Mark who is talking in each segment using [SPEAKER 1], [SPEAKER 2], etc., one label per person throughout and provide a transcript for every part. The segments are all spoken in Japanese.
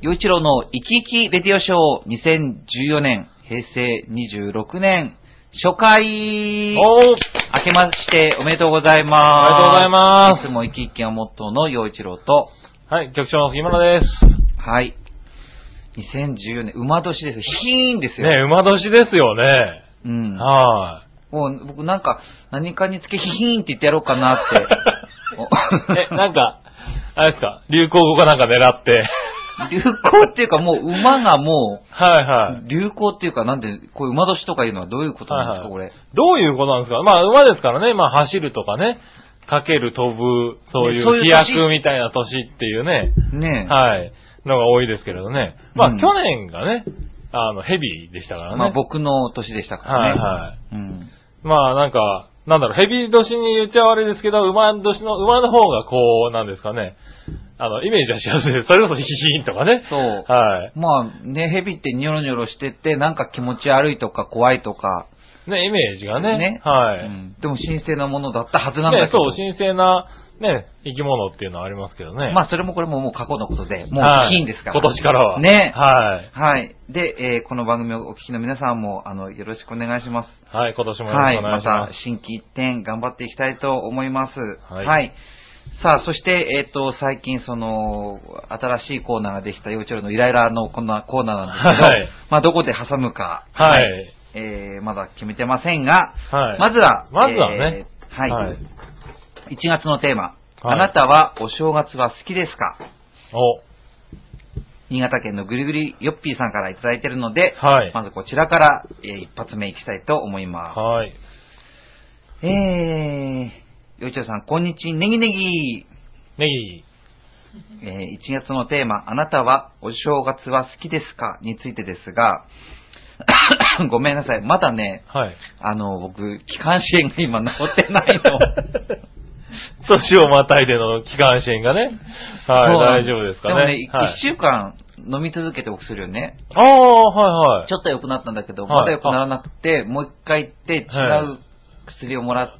[SPEAKER 1] 陽一郎の生き生きレディオショー2014年平成26年初回明けましておめでとうございます。
[SPEAKER 2] おめでとうございます。
[SPEAKER 1] いつも生き生きがモットーの陽一郎と、
[SPEAKER 2] はい、局長の杉村です。
[SPEAKER 1] はい。2014年、馬年です。ヒーンですよ。
[SPEAKER 2] ね、馬年ですよね。
[SPEAKER 1] うん。
[SPEAKER 2] はい。
[SPEAKER 1] もう僕なんか何かにつけヒーンって言ってやろうかなって。
[SPEAKER 2] なんか、あれですか、流行語かなんか狙って。
[SPEAKER 1] 流行っていうかもう馬がもう、
[SPEAKER 2] はいはい。
[SPEAKER 1] 流行っていうかなんで、こういう馬年とかいうのはどういうことなんですか、これ。
[SPEAKER 2] どういうことなんですか。まあ馬ですからね、まあ走るとかね、かける飛ぶ、そういう飛躍みたいな年っていうね。
[SPEAKER 1] ね
[SPEAKER 2] え。はい。のが多いですけれどね。まあ去年がね、ヘビーでしたからね。
[SPEAKER 1] まあ僕の年でしたからね。
[SPEAKER 2] はいはい。
[SPEAKER 1] うん。
[SPEAKER 2] まあなんか、なんだろう、ヘビ年に言っちゃ悪いですけど、馬の方がこう、なんですかね。イメージはしやすいです。それこそヒヒーンとかね。
[SPEAKER 1] そう。
[SPEAKER 2] はい。
[SPEAKER 1] まあね、ヘビってニョロニョロしてて、なんか気持ち悪いとか怖いとか。
[SPEAKER 2] ね、イメージがね。
[SPEAKER 1] ね。
[SPEAKER 2] はい。
[SPEAKER 1] うん、でも神聖なものだったはずなんだけど。
[SPEAKER 2] ね、そう、神聖な、ね、生き物っていうのはありますけどね。
[SPEAKER 1] まあそれもこれももう過去のことで、もうヒヒーンですから。
[SPEAKER 2] 今年からは。
[SPEAKER 1] ね。
[SPEAKER 2] はい。
[SPEAKER 1] はい。で、この番組をお聞きの皆さんも、よろしくお願いします。
[SPEAKER 2] はい、今年もよろしくお願いします。
[SPEAKER 1] はい。また、新規一点頑張っていきたいと思います。
[SPEAKER 2] はい。
[SPEAKER 1] はい。さあ、そして、最近、新しいコーナーができた、幼稚園のイライラのこんなコーナーなんですけど、はい、まあ、どこで挟むか、
[SPEAKER 2] はい。
[SPEAKER 1] まだ決めてませんが、
[SPEAKER 2] はい。
[SPEAKER 1] まずは
[SPEAKER 2] ね、
[SPEAKER 1] はい。
[SPEAKER 2] はい、
[SPEAKER 1] 1月のテーマ、はい、あなたはお正月は好きですか？新潟県のぐりぐりよっぴーさんからいただいているので、
[SPEAKER 2] はい、
[SPEAKER 1] まずこちらから、一発目いきたいと思います。
[SPEAKER 2] はい。
[SPEAKER 1] よいちろさん、こんにちは、ネギネギ。
[SPEAKER 2] ネギ。
[SPEAKER 1] 1月のテーマ、あなたはお正月は好きですかについてですが、ごめんなさい、まだね、
[SPEAKER 2] はい、
[SPEAKER 1] 僕、気管支炎が今治ってないの。
[SPEAKER 2] 年をまたいでの気管支炎がね、はい、大丈夫ですかね。
[SPEAKER 1] でもね、1週間飲み続けてお薬をね、
[SPEAKER 2] はいはい。
[SPEAKER 1] ちょっと良くなったんだけど、まだ良くならなくて、もう一回行って違う薬をもらって、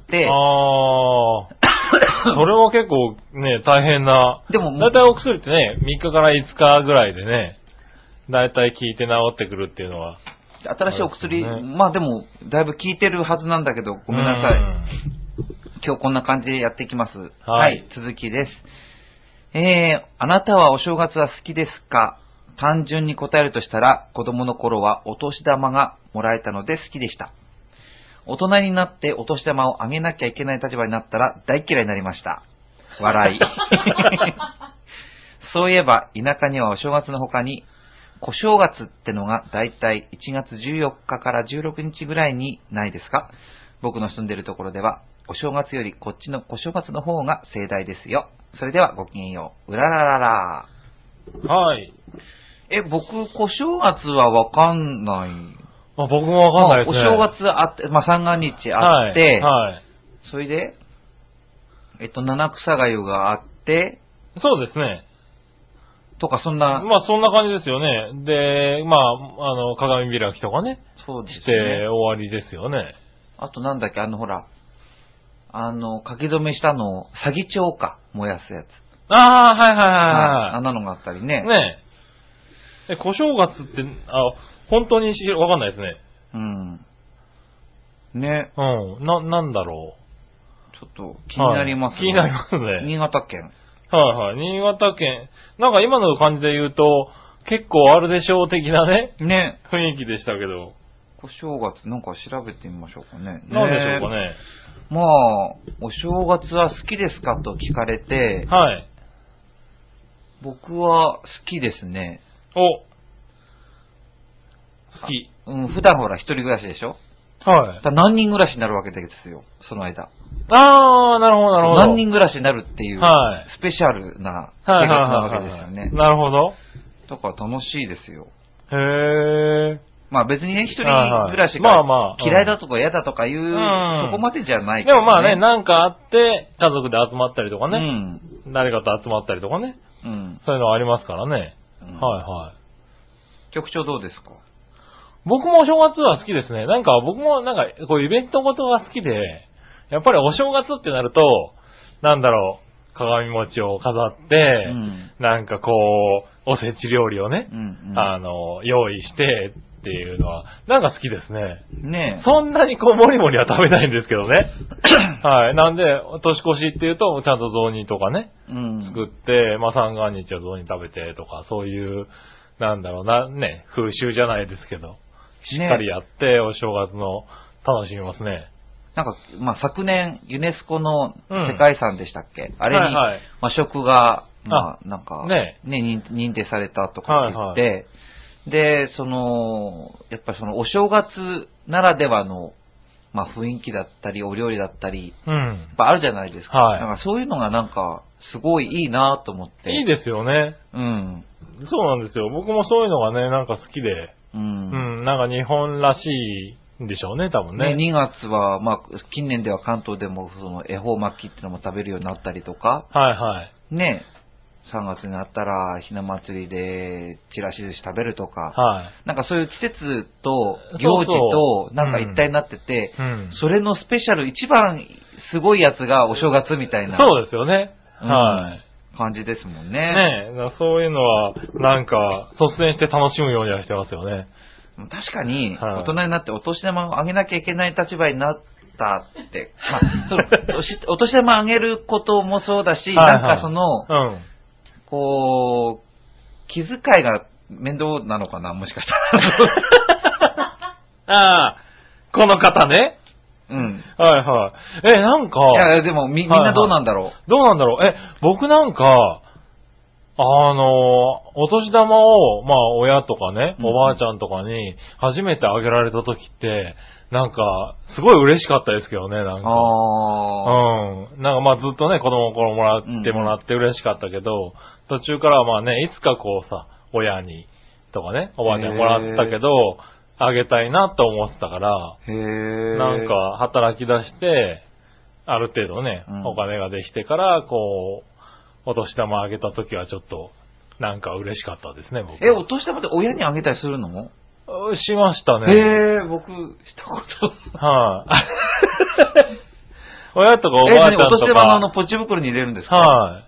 [SPEAKER 2] それは結構ね、大変な。でも、だいたいお薬ってね、3日から5日ぐらいでね、だいたい効いて治ってくるっていうのは。
[SPEAKER 1] 新しいお薬、まあでも、だいぶ効いてるはずなんだけど、ごめんなさい。今日こんな感じでやっていきます。はい、続きです。あなたはお正月は好きですか？単純に答えるとしたら、子供の頃はお年玉がもらえたので好きでした。大人になってお年玉をあげなきゃいけない立場になったら大嫌いになりました。笑い。そういえば田舎にはお正月の他に小正月ってのがだいたい1月14日から16日ぐらいにないですか？僕の住んでるところではお正月よりこっちの小正月の方が盛大ですよ。それではごきげんよう。うらららら。
[SPEAKER 2] はい。
[SPEAKER 1] 僕小正月はわかんない。
[SPEAKER 2] 僕もわかんないですね。
[SPEAKER 1] お正月あって、まあ、三が日あって、はい。それで、七草がゆがあって、
[SPEAKER 2] そうですね。
[SPEAKER 1] とか、そんな。
[SPEAKER 2] まあ、そんな感じですよね。で、まあ、鏡開きとかね。
[SPEAKER 1] そうですね。
[SPEAKER 2] して終わりですよね。
[SPEAKER 1] あとなんだっけ、ほら、書き初めしたのを、詐欺帳か、燃やすやつ。
[SPEAKER 2] はいはいはい。
[SPEAKER 1] あんなのがあったりね。
[SPEAKER 2] ねえ。小正月って、本当にわかんないですね。
[SPEAKER 1] うん。ね。
[SPEAKER 2] うん。なんだろ
[SPEAKER 1] う。ちょっと気になりますね。
[SPEAKER 2] 気になりますね。
[SPEAKER 1] 新潟県。
[SPEAKER 2] はいはい。新潟県。なんか今の感じで言うと、結構あるでしょう的なね。
[SPEAKER 1] ね。
[SPEAKER 2] 雰囲気でしたけど。
[SPEAKER 1] 小正月、なんか調べてみましょうかね。
[SPEAKER 2] なんでしょうかね。
[SPEAKER 1] まあ、お正月は好きですかと聞かれて、
[SPEAKER 2] はい。
[SPEAKER 1] 僕は好きですね。
[SPEAKER 2] 好き。
[SPEAKER 1] 普段ほら一人暮らしでしょ？
[SPEAKER 2] はい。
[SPEAKER 1] 何人暮らしになるわけですよ、その間。
[SPEAKER 2] なるほどなるほど。
[SPEAKER 1] 何人暮らしになるっていう、スペシャルな生活なわけですよね。
[SPEAKER 2] なるほど。
[SPEAKER 1] だから楽しいですよ。
[SPEAKER 2] へー。
[SPEAKER 1] まあ別にね、一人暮らしが嫌いだとか嫌だとかいう、そこまでじゃないけど、ね。
[SPEAKER 2] でもまあね、なんかあって、家族で集まったりとかね。誰かと集まったりとかね。そういうのはありますからね。はいはい。
[SPEAKER 1] 局長どうですか？
[SPEAKER 2] 僕もお正月は好きですね。なんか僕もなんかこうイベントごとが好きで、やっぱりお正月ってなると、なんだろ鏡餅を飾って、なんかこう、おせち料理をね、用意してっていうのは、なんか好きですね。
[SPEAKER 1] ね
[SPEAKER 2] そんなにこう、もりもりは食べないんですけどね。はい。なんで、年越しっていうと、ちゃんと雑煮とかね、作って、まあ、三が日は雑煮食べてとか、そういう、なんだろうな、ね、風習じゃないですけど、しっかりやって、お正月の楽しみますね。
[SPEAKER 1] なんか、まあ、昨年、ユネスコの世界遺産でしたっけ、あれに、和食が、まあ、なんか、認定されたとかって言って、で、やっぱりお正月ならではの、まあ、雰囲気だったり、お料理だったり、やっぱあるじゃないですか。なんかそういうのがなんか、すごいいいなと思って。
[SPEAKER 2] いいですよね。そうなんですよ。僕もそういうのがね、なんか好きで、なんか日本らしいんでしょうね、多分ね。
[SPEAKER 1] 2月は、まあ、近年では関東でも、恵方巻きっていうのも食べるようになったりとか、ね、3月になったら、ひな祭りで、ちらし寿司食べるとか、なんかそういう季節と行事と、なんか一体になってて、それのスペシャル、一番すごいやつがお正月みたいな。
[SPEAKER 2] そうですよね。
[SPEAKER 1] 感じですもんね。
[SPEAKER 2] そういうのは、なんか、率先して楽しむようにはしてますよね。
[SPEAKER 1] 確かに、大人になってお年玉をあげなきゃいけない立場になったって、まあ、お年玉あげることもそうだし、なんかこう、気遣いが面倒なのかな、もしかした
[SPEAKER 2] ら。この方ね。なんか。
[SPEAKER 1] いや、でもみんなどうなんだろう。
[SPEAKER 2] どうなんだろう。僕なんか、お年玉を、まあ、親とかね、おばあちゃんとかに初めてあげられた時って、なんか、すごい嬉しかったですけどね、なんか。なんかまあずっとね、子供の頃もらって嬉しかったけど、途中からはまあね、いつかこうさ、親に、とかね、おばあちゃんもらったけど、あげたいなと思ってたから、なんか働き出して、ある程度ね、お金ができてから、こう、お年玉あげた時はちょっと、なんか嬉しかったですね、僕。
[SPEAKER 1] お年玉って親にあげたりするの？
[SPEAKER 2] しましたね。
[SPEAKER 1] 僕、したこと。
[SPEAKER 2] 親とかおばあちゃんとか。
[SPEAKER 1] お年玉のポチ袋に入れるんですか？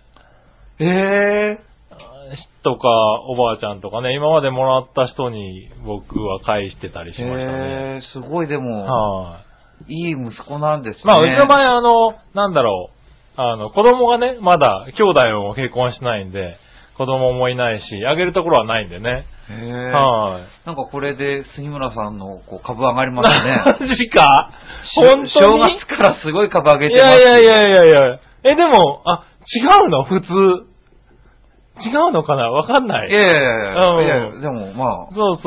[SPEAKER 2] とか、おばあちゃんとかね、今までもらった人に僕は返してたりしましたね。
[SPEAKER 1] すごいでも、いい息子なんですね。
[SPEAKER 2] まあ、うちの場合なんだろう、子供がね、まだ兄弟も結婚してないんで、子供もいないし、あげるところはないんでね。
[SPEAKER 1] なんかこれで杉村さんの株上がりますね。
[SPEAKER 2] マジか？本当に？
[SPEAKER 1] 正月からすごい株上げてます。
[SPEAKER 2] いや。でも、違うの？普通。違うのかな？わかんない。
[SPEAKER 1] いや、でもまあ。
[SPEAKER 2] そう。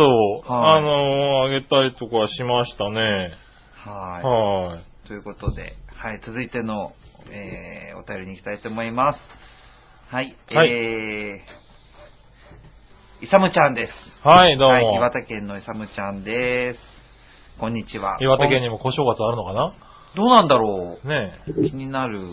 [SPEAKER 2] あげたりとかしましたね。
[SPEAKER 1] ということで、続いての、お便りに行きたいと思います。イサムちゃんです。
[SPEAKER 2] どうも。
[SPEAKER 1] 岩手県のイサムちゃんです。こんにちは。
[SPEAKER 2] 岩手県にも小正月あるのかな？
[SPEAKER 1] どうなんだろう。
[SPEAKER 2] ね
[SPEAKER 1] 気になる。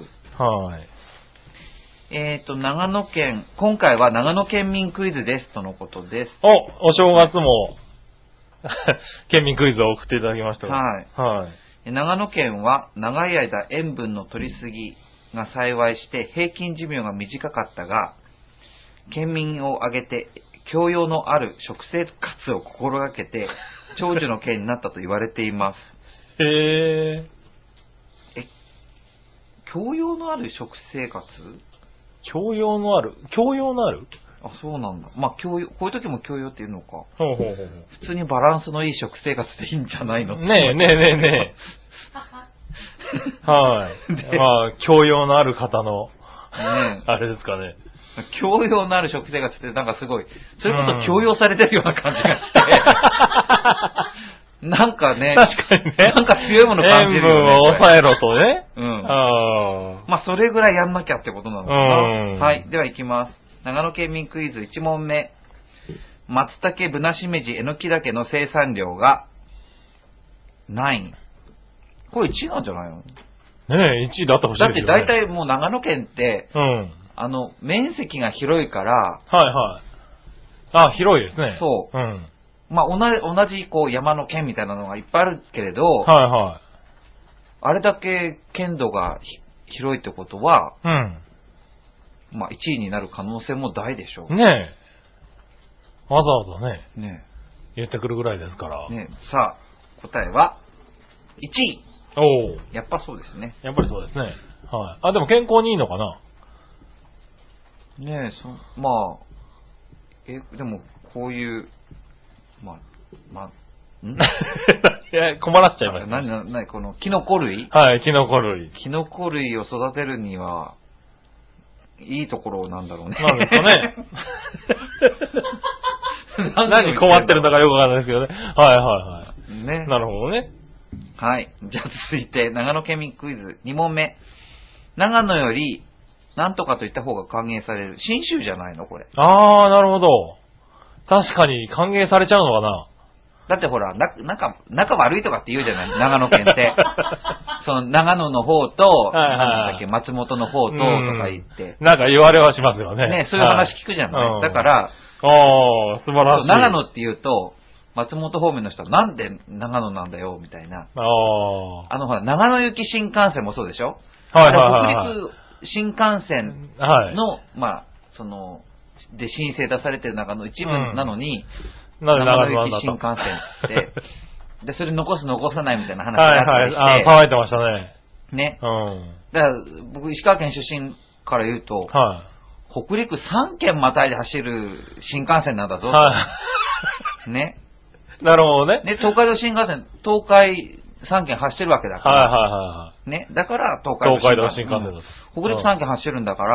[SPEAKER 1] 長野県、今回は長野県民クイズですとのことです。
[SPEAKER 2] お正月も県民クイズを送っていただきました。
[SPEAKER 1] 長野県は長い間塩分の取りすぎが幸いして平均寿命が短かったが、県民を挙げて教養のある食生活を心がけて長寿の県になったと言われています。教養のある食生活？
[SPEAKER 2] 教養のある？
[SPEAKER 1] そうなんだ。まあ、こういう時も教養っていうのか。普通にバランスのいい食生活でいいんじゃないの？
[SPEAKER 2] ねえ。教養のある方の、あれですかね。
[SPEAKER 1] 教養のある食生活ってなんかすごい、それこそ強要されてるような感じがして。なんかね、
[SPEAKER 2] 確かにね。
[SPEAKER 1] なんか強いもの感じるよね。
[SPEAKER 2] 塩分を抑えろとね。
[SPEAKER 1] まあ、それぐらいやんなきゃってことなのかな。では行きます。長野県民クイズ1問目。松茸、ぶなしめじ、えのきだけの生産量が何位？これ1位なんじゃないの？
[SPEAKER 2] ねえ、1位だってほしいですよね。
[SPEAKER 1] だって大体もう長野県って、面積が広いから。
[SPEAKER 2] 広いですね。
[SPEAKER 1] そう。まあ、同じ山の県みたいなのがいっぱいあるけれど、あれだけ県土が広いってことは、 まあ1位になる可能性も大でしょう。
[SPEAKER 2] ねえ。わざわざね、
[SPEAKER 1] ね
[SPEAKER 2] 言ってくるぐらいですから。
[SPEAKER 1] ねさあ、答えは、1位。
[SPEAKER 2] おお。
[SPEAKER 1] やっぱそうですね。
[SPEAKER 2] やっぱりそうですね。はい。あ、でも健康にいいのかな？
[SPEAKER 1] ねえ、まあ、でも、こういう、
[SPEAKER 2] いや、困らせちゃいました。
[SPEAKER 1] 何この、キノコ類？
[SPEAKER 2] はい、キノコ類。
[SPEAKER 1] キノコ類を育てるには、いいところなんだろうね。
[SPEAKER 2] なんですかね。何困ってるのかよくわかんないですけどね。はいはいはい。
[SPEAKER 1] ね。
[SPEAKER 2] なるほどね。
[SPEAKER 1] はい。じゃあ続いて、長野県民クイズ2問目。長野より、なんとかと言った方が歓迎される。信州じゃないのこれ。
[SPEAKER 2] あー、なるほど。確かに歓迎されちゃうのかな。
[SPEAKER 1] だってほら、仲悪いとかって言うじゃない長野県って。その長野の方と、なんだっけ、松本の方と、とか言って。
[SPEAKER 2] なんか言われはしますよね。
[SPEAKER 1] ね、そういう話聞くじゃない。
[SPEAKER 2] はい、
[SPEAKER 1] だから、
[SPEAKER 2] 素晴らしい。
[SPEAKER 1] 長野って言うと、松本方面の人はなんで長野なんだよ、みたいな。ほら、長野行き新幹線もそうでしょ？はいはいはい。北陸新幹線の、で申請出されてる中の一部なのに、長野行き新幹線って、で、それ残す残さないみたいな話があったりして。
[SPEAKER 2] はいはい。騒いでましたね。
[SPEAKER 1] ね。だから、僕、石川県出身から言うと、北陸3県またいで走る新幹線なんだぞ。ね。
[SPEAKER 2] なるほどね。
[SPEAKER 1] ね、東海道新幹線、東海3県走ってるわけだから。ね。だから、東海道新幹線だ。北陸3県走るんだから、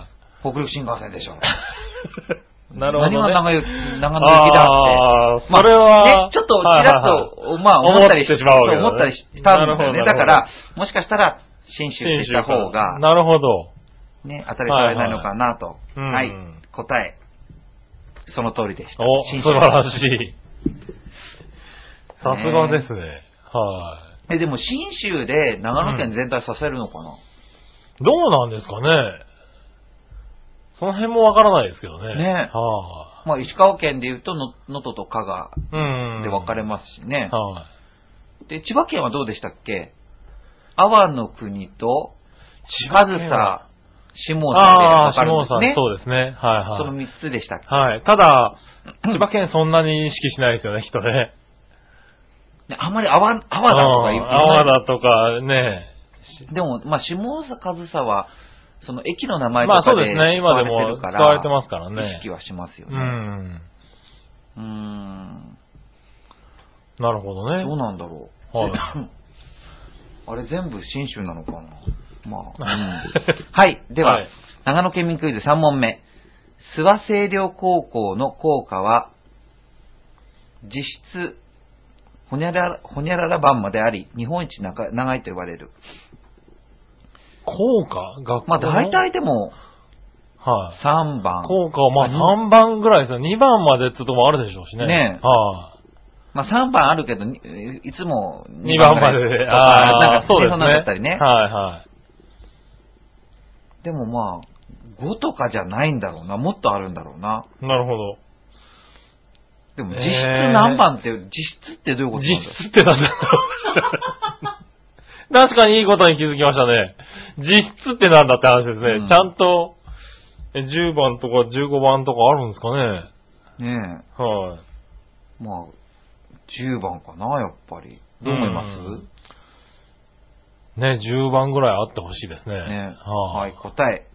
[SPEAKER 1] 北陸新幹線でしょ。
[SPEAKER 2] なるほど、ね。
[SPEAKER 1] 何が長野行きだって。
[SPEAKER 2] それは、
[SPEAKER 1] ね、ちょっとちらっと、思ったりしたんだよね。だから、もしかしたら、信州って言った方が、
[SPEAKER 2] なるほど。
[SPEAKER 1] ね、当たり障りないのかなと。はい。答え。その通りでした。
[SPEAKER 2] 素晴らしい。さすがですね。はい。
[SPEAKER 1] でも、信州で長野県全体させるのかな？
[SPEAKER 2] どうなんですかね。その辺もわからないですけどね。
[SPEAKER 1] ね。まあ、石川県で言うと、能登と加賀で分かれますしね。で、千葉県はどうでしたっけ？阿波の国と、上総、下総で分かるんですね。
[SPEAKER 2] そうですね。はいはい。
[SPEAKER 1] その3つでしたっけ？
[SPEAKER 2] はい。ただ、千葉県そんなに意識しないですよね、きっとね。
[SPEAKER 1] あんまり阿波だとか言う。
[SPEAKER 2] 阿波だとかね。
[SPEAKER 1] でも、まあ、下総、上総は、その駅の名前とかで使われてるから、
[SPEAKER 2] 使われてますからね。
[SPEAKER 1] 意識はしますよね。
[SPEAKER 2] なるほどね。
[SPEAKER 1] どうなんだろう。はい、あれ全部信州なのかな。まあ。はい。では、長野県民クイズ3問目。諏訪清涼高校の校歌は、実質、ほにゃらら番まであり、日本一長いと言われる。
[SPEAKER 2] 校歌？学校？
[SPEAKER 1] まあ大体でも、3番。
[SPEAKER 2] 校歌はまあ3番ぐらいですよ。2番までってともあるでしょうしね。
[SPEAKER 1] ねえ。まあ3番あるけど、いつも
[SPEAKER 2] 2番までで。
[SPEAKER 1] なんかそうですね。だったりね。でもまあ、5とかじゃないんだろうな。もっとあるんだろうな。
[SPEAKER 2] なるほど。
[SPEAKER 1] でも実質何番って、実質ってどういうことなんだろう？
[SPEAKER 2] 実質ってなんだろう。確かにいいことに気づきましたね。実質ってなんだって話ですね。ちゃんと、10番とか15番とかあるんですかね。
[SPEAKER 1] ねえ。はい。まあ、10番かな、やっぱり。どう思います？
[SPEAKER 2] ね、10番ぐらいあってほしいですね。
[SPEAKER 1] ね。はい、答え。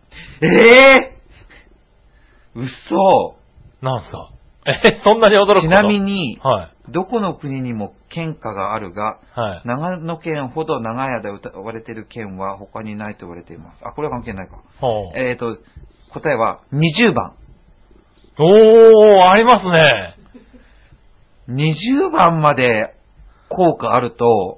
[SPEAKER 1] 嘘。
[SPEAKER 2] なんすか？そんなに驚くこと？
[SPEAKER 1] ちなみに、どこの国にも県歌があるが、長野県ほど長い間歌われている県は他にないと言われています。これは関係ないか。答えは20番。
[SPEAKER 2] ありますね。
[SPEAKER 1] 20番まで校歌あると、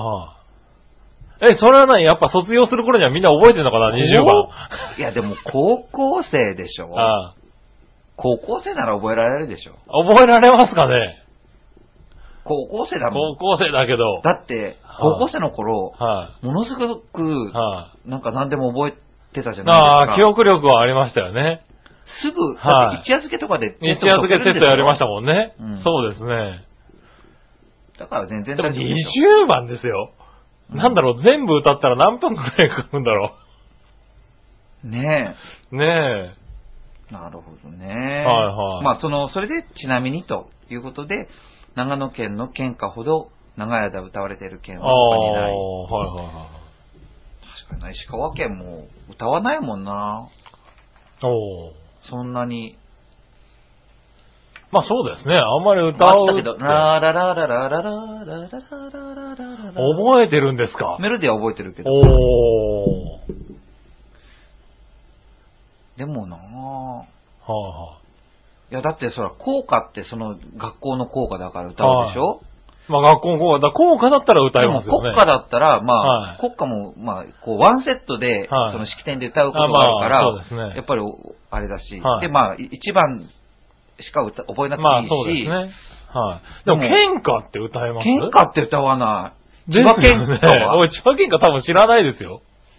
[SPEAKER 2] それは何？やっぱ卒業する頃にはみんな覚えてるのかな、20番。
[SPEAKER 1] いやでも高校生でしょ。高校生なら覚えられるでしょ。
[SPEAKER 2] 覚えられますかね？
[SPEAKER 1] 高校生だもん。
[SPEAKER 2] 高校生だけど。
[SPEAKER 1] だって、高校生の頃、ものすごく、なんか何でも覚えてたじゃないですか。
[SPEAKER 2] 記憶力はありましたよね。
[SPEAKER 1] すぐ、だって一夜漬けとかで
[SPEAKER 2] テストやりましたもんね。そうですね。
[SPEAKER 1] だから全然
[SPEAKER 2] 大丈夫でしょ。20番ですよ。なんだろう、全部歌ったら何分くらいかかるんだろう。
[SPEAKER 1] ね
[SPEAKER 2] え。ね
[SPEAKER 1] え。なるほどね。
[SPEAKER 2] はいはい。
[SPEAKER 1] まあ、それで、ちなみにということで、長野県の県歌ほど長い間歌われている県は他にない。
[SPEAKER 2] はいはいはい。
[SPEAKER 1] 確かにな、石川県も歌わないもんな。そんなに。
[SPEAKER 2] まあそうですね。あんまり歌う
[SPEAKER 1] あったけど、ララララララララララララ
[SPEAKER 2] 覚えてるんですか？
[SPEAKER 1] メロディーは覚えてるけど。でもなぁ。いや、だってそら、校歌ってその学校の校歌だから歌うでしょ？
[SPEAKER 2] まあ学校の校歌、校歌だったら歌いますよね。
[SPEAKER 1] でも国歌だったら、まあ、国歌も、まあ、こう、ワンセットで、その式典で歌うことがあるから、
[SPEAKER 2] そうですね。
[SPEAKER 1] やっぱり、あれだし、で、まあ、一番しか覚えなくていいし、
[SPEAKER 2] そうですね。はい。でも、県歌って歌えます？
[SPEAKER 1] 県歌って歌わない。
[SPEAKER 2] 千葉県歌は？千葉県歌多分知らないですよ。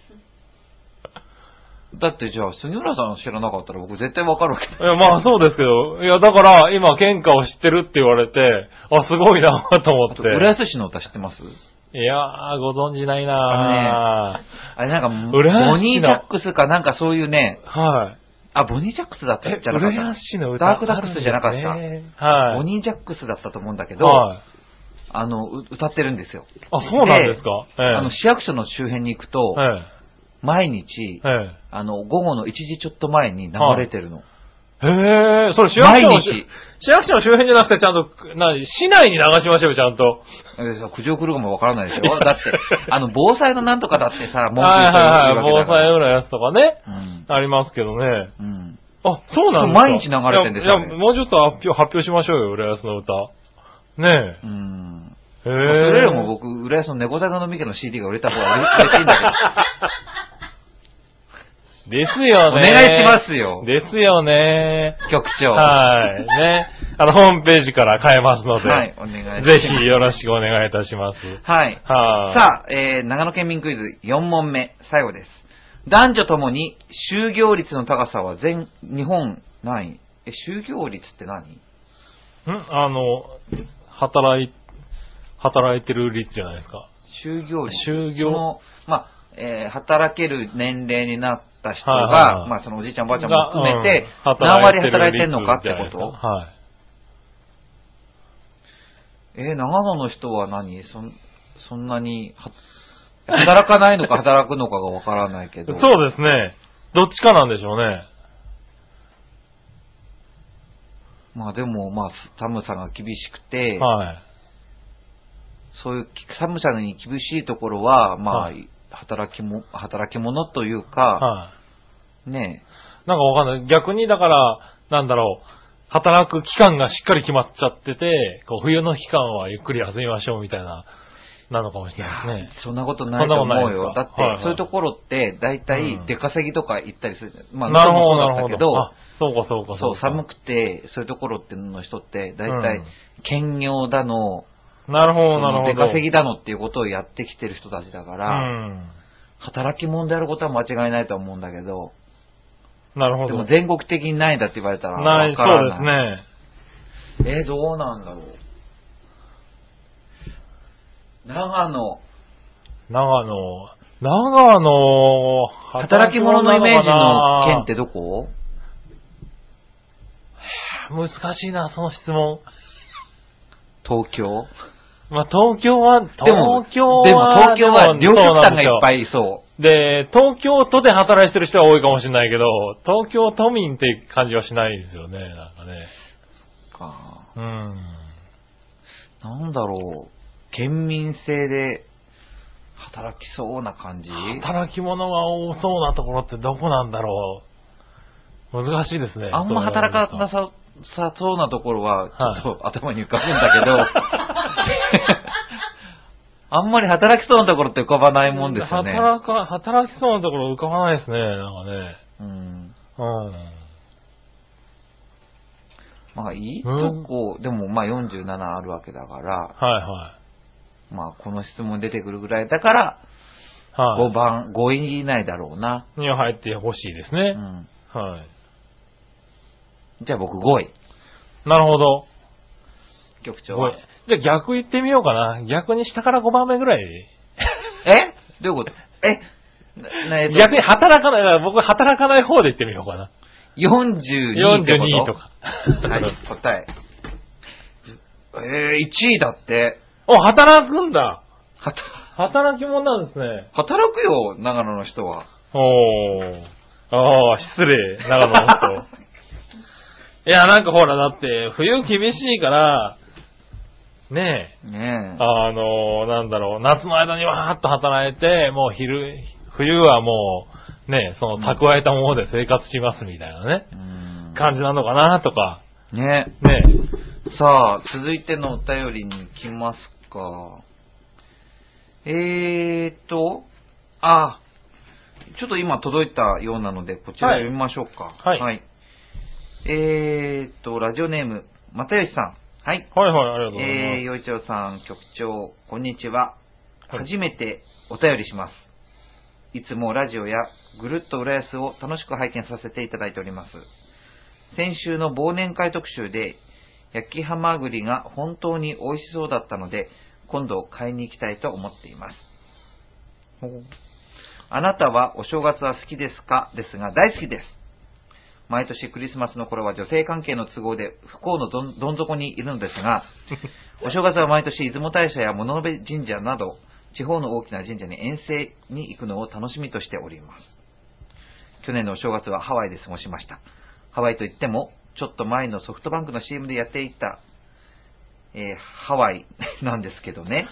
[SPEAKER 1] だってじゃあ、杉村さん知らなかったら僕絶対わかるわけ
[SPEAKER 2] だ。いや、まあそうですけど、いや、だから今県歌を知ってるって言われて、あ、すごいなと思って。
[SPEAKER 1] 浦安市の歌知ってます？
[SPEAKER 2] いやー、ご存知ないな
[SPEAKER 1] あれなんか、ボニージャックスかなんかそういうね、
[SPEAKER 2] はい。
[SPEAKER 1] あ、ボニージャックスだったじゃなかった。
[SPEAKER 2] 浦安市の歌。
[SPEAKER 1] ダークダックスじゃなかった。はい。ボニージャックスだったと思うんだけど、はい。歌ってるんですよ。
[SPEAKER 2] あ、そうなんですか？
[SPEAKER 1] 市役所の周辺に行くと、毎日、午後の1時ちょっと前に流れてるの。
[SPEAKER 2] へえ、それ市役所の周辺じゃなくてちゃんと、市内に流しましょう、ちゃんと。
[SPEAKER 1] 苦情来るかもわからないでしょ。だって、防災のなんとかだってさ、文句
[SPEAKER 2] 言ってるわけだから。防災のやつとかね、ありますけどね。あ、そうなんですか？
[SPEAKER 1] 毎日流れてるんですよ。
[SPEAKER 2] いや、もうちょっと発表しましょうよ、浦安の歌。ねえ。
[SPEAKER 1] それよりも僕、浦安の猫坂のみけの CD が売れた方が嬉しいんだけど。
[SPEAKER 2] ですよね。
[SPEAKER 1] お願いしますよ。
[SPEAKER 2] ですよね。
[SPEAKER 1] 局長。
[SPEAKER 2] はい。ね。ホームページから買えますので。
[SPEAKER 1] はい、お願いします。
[SPEAKER 2] ぜひよろしくお願いいたします。
[SPEAKER 1] はい。さあ、長野県民クイズ4問目、最後です。男女ともに就業率の高さは日本何位？就業率って何？
[SPEAKER 2] 働いてる率じゃないですか。
[SPEAKER 1] 就業率。
[SPEAKER 2] 就業。
[SPEAKER 1] まあ、働ける年齢になった人が、まあ、そのおじいちゃんおばあちゃんも含めて、何割働いてんのかってこと？
[SPEAKER 2] はい。
[SPEAKER 1] 長野の人はそんなに、働かないのか働くのかがわからないけど。
[SPEAKER 2] そうですね。どっちかなんでしょうね。
[SPEAKER 1] まあでも、まあ、寒さが厳しくて、
[SPEAKER 2] はい。
[SPEAKER 1] そういう寒さに厳しいところは、まあ、はい、働き者というか、
[SPEAKER 2] はい、
[SPEAKER 1] ね
[SPEAKER 2] え。なんかわかんない。逆にだから、なんだろう、働く期間がしっかり決まっちゃってて、冬の期間はゆっくり休みましょうみたいな、なのかもしれないですね。
[SPEAKER 1] そんなことないと思うよ。だって、そういうところって、だいたい出稼ぎとか行ったりする。まあ、
[SPEAKER 2] なるほど、
[SPEAKER 1] そうだったけど、
[SPEAKER 2] そうか。
[SPEAKER 1] そう、寒くて、そういうところっての人って、だいたい兼業だの、
[SPEAKER 2] なるほど。
[SPEAKER 1] 出稼ぎだのっていうことをやってきてる人たちだから、働き者であることは間違いないと思うんだけど、
[SPEAKER 2] なるほど。
[SPEAKER 1] でも全国的にないんだって言われたら
[SPEAKER 2] ない、そうです
[SPEAKER 1] ね。どうなんだろう。長野、働き者のイメージの県ってどこ？
[SPEAKER 2] 難しいな、その質問。
[SPEAKER 1] 東京？
[SPEAKER 2] まあ、東京は
[SPEAKER 1] 東京は両極端がいっぱいいそう。
[SPEAKER 2] で、東京都で働いてる人は多いかもしれないけど、東京都民って感じはしないですよね、なんかね。
[SPEAKER 1] そっか。
[SPEAKER 2] なん
[SPEAKER 1] だろう。県民性で働きそうな感じ？
[SPEAKER 2] 働き者が多そうなところってどこなんだろう。難しいですね。
[SPEAKER 1] あんま働かなさそうなところは、ちょっと頭に浮かぶんだけど、あんまり働きそうなところって浮かばないもんですよね。
[SPEAKER 2] 働きそうなところ浮かばないですね、なんかね。
[SPEAKER 1] まあいいとこ、でもまあ47あるわけだから、まあこの質問出てくるぐらいだから、5位以内だろうな。
[SPEAKER 2] には入ってほしいですね。
[SPEAKER 1] じゃあ僕5位。
[SPEAKER 2] なるほど。
[SPEAKER 1] 局長は。
[SPEAKER 2] じゃあ逆言ってみようかな。逆に下から5番目ぐらい。
[SPEAKER 1] どういうこと？
[SPEAKER 2] 逆に働かない、僕働かない方で言ってみようかな。
[SPEAKER 1] 42ってこと？
[SPEAKER 2] 42とか。
[SPEAKER 1] はい、答え。1位だって。
[SPEAKER 2] 働くんだ。働き者なんですね。
[SPEAKER 1] 働くよ、長野の人は。
[SPEAKER 2] 失礼、長野の人。いや、なんかほら、だって、冬厳しいから、ねえ。なんだろう、夏の間にわーっと働いて、もう冬はもう、ね、その蓄えたもので生活しますみたいなね、感じなのかなとか。
[SPEAKER 1] ね。さあ、続いてのお便りに行きますか。ちょっと今届いたようなので、こちら読みましょうか。
[SPEAKER 2] はい。
[SPEAKER 1] ラジオネーム、又吉さん。はい。
[SPEAKER 2] はいはい、ありがとうございます。
[SPEAKER 1] 陽一郎さん、局長、こんにちは。初めてお便りします。いつもラジオやぐるっと浦安を楽しく拝見させていただいております。先週の忘年会特集で、焼きハマグリが本当に美味しそうだったので、今度買いに行きたいと思っています。あなたはお正月は好きですか？ですが、大好きです。毎年クリスマスの頃は女性関係の都合で不幸のどん底にいるのですが、お正月は毎年出雲大社や物部神社など、地方の大きな神社に遠征に行くのを楽しみとしております。去年のお正月はハワイで過ごしました。ハワイといっても、ちょっと前のソフトバンクの CM でやっていた、ハワイなんですけどね。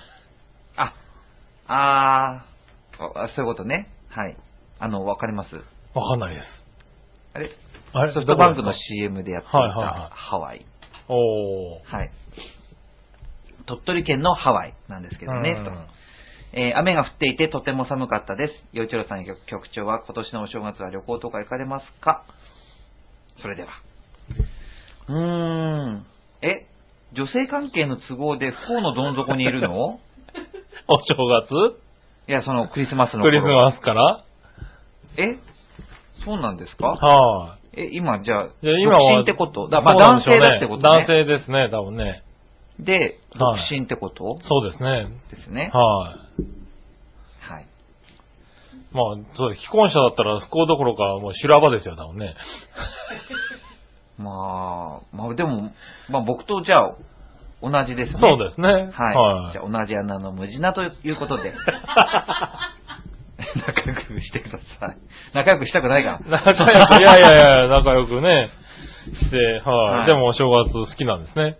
[SPEAKER 1] そういうことね。はい。わかります？
[SPEAKER 2] わかんないです。
[SPEAKER 1] あれソフトバンクの CM でやっていたハワイ。はい。鳥取県のハワイなんですけどね。雨が降っていてとても寒かったです。陽一郎さん局長は今年のお正月は旅行とか行かれますか？それでは。女性関係の都合で不幸のどん底にいるの？
[SPEAKER 2] お正月？
[SPEAKER 1] いや、そのクリスマスの
[SPEAKER 2] 頃。クリスマスから？
[SPEAKER 1] そうなんですか？
[SPEAKER 2] はい。
[SPEAKER 1] 今じゃあ、
[SPEAKER 2] 今
[SPEAKER 1] 独身ってこと？男性だってことね。
[SPEAKER 2] 男性ですね、多分ね。
[SPEAKER 1] で、独身ってこと？
[SPEAKER 2] そうですね。
[SPEAKER 1] ですね。
[SPEAKER 2] はい。そう、既婚者だったら不幸どころかもう修羅場ですよ、多分ね。
[SPEAKER 1] でも、僕とじゃあ、同じですね。
[SPEAKER 2] そうですね。
[SPEAKER 1] はい。じゃあ、同じ穴の無地なということで。仲良くしてください。仲良くしたくないかな。
[SPEAKER 2] 仲良くね、して、でもお正月好きなんですね。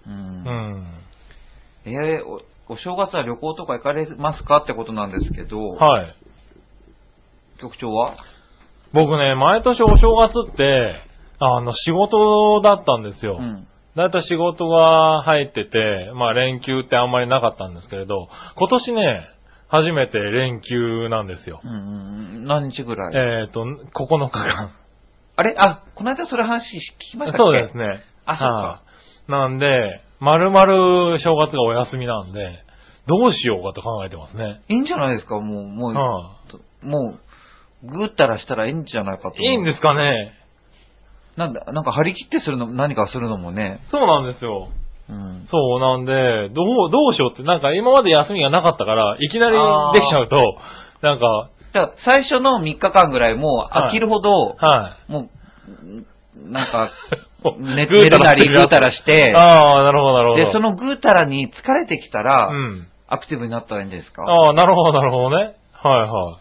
[SPEAKER 1] お正月は旅行とか行かれますかってことなんですけど。
[SPEAKER 2] はい。
[SPEAKER 1] 局長は？
[SPEAKER 2] 僕ね、毎年お正月って、仕事だったんですよ。だいたい仕事が入ってて、連休ってあんまりなかったんですけれど、今年ね、初めて連休なんですよ。
[SPEAKER 1] 何日ぐらい
[SPEAKER 2] ？9日間。
[SPEAKER 1] あれ？この間それ話聞きましたっけ？
[SPEAKER 2] そうですね。
[SPEAKER 1] そうか。
[SPEAKER 2] なんで、丸々正月がお休みなんで、どうしようかと考えてますね。
[SPEAKER 1] いいんじゃないですか？もう、ぐったらしたらいいんじゃないかと。
[SPEAKER 2] いいんですかね？
[SPEAKER 1] なんか張り切って何かするのもね。
[SPEAKER 2] そうなんですよ。そうなんで、どうしようって、なんか今まで休みがなかったから、いきなりできちゃうと、なんか。
[SPEAKER 1] じゃあ、最初の3日間ぐらいもう飽きるほど、もう、なんか、寝るなりぐうたらして、
[SPEAKER 2] なるほど。
[SPEAKER 1] で、そのぐうたらに疲れてきたら、アクティブになったらいいんですか？
[SPEAKER 2] なるほどね。はい。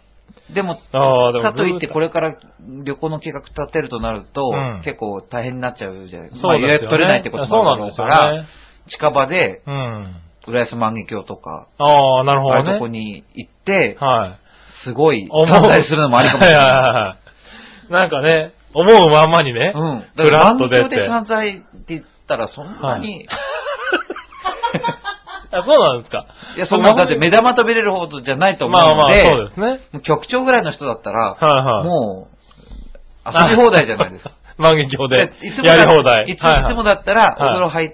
[SPEAKER 1] でも、かといってこれから旅行の計画立てるとなると、結構大変になっちゃうじゃないですか。予約取れないってこともあるから、近場で、浦安万華鏡とか、
[SPEAKER 2] なるほどね。
[SPEAKER 1] ああいうとこに行って、すごい散財するのもありかもしれない。
[SPEAKER 2] なんかね、思うまんまにね、
[SPEAKER 1] だから万華鏡で散財って言ったらそんなに、
[SPEAKER 2] そうなんですか。
[SPEAKER 1] いや、そんな、だって目玉飛びれるほどじゃないと思うので、
[SPEAKER 2] そうですね。
[SPEAKER 1] 局長ぐらいの人だったら、もう、遊び放題じゃないですか。
[SPEAKER 2] 万華鏡でやり放題。
[SPEAKER 1] いつもだったら、お風呂入って、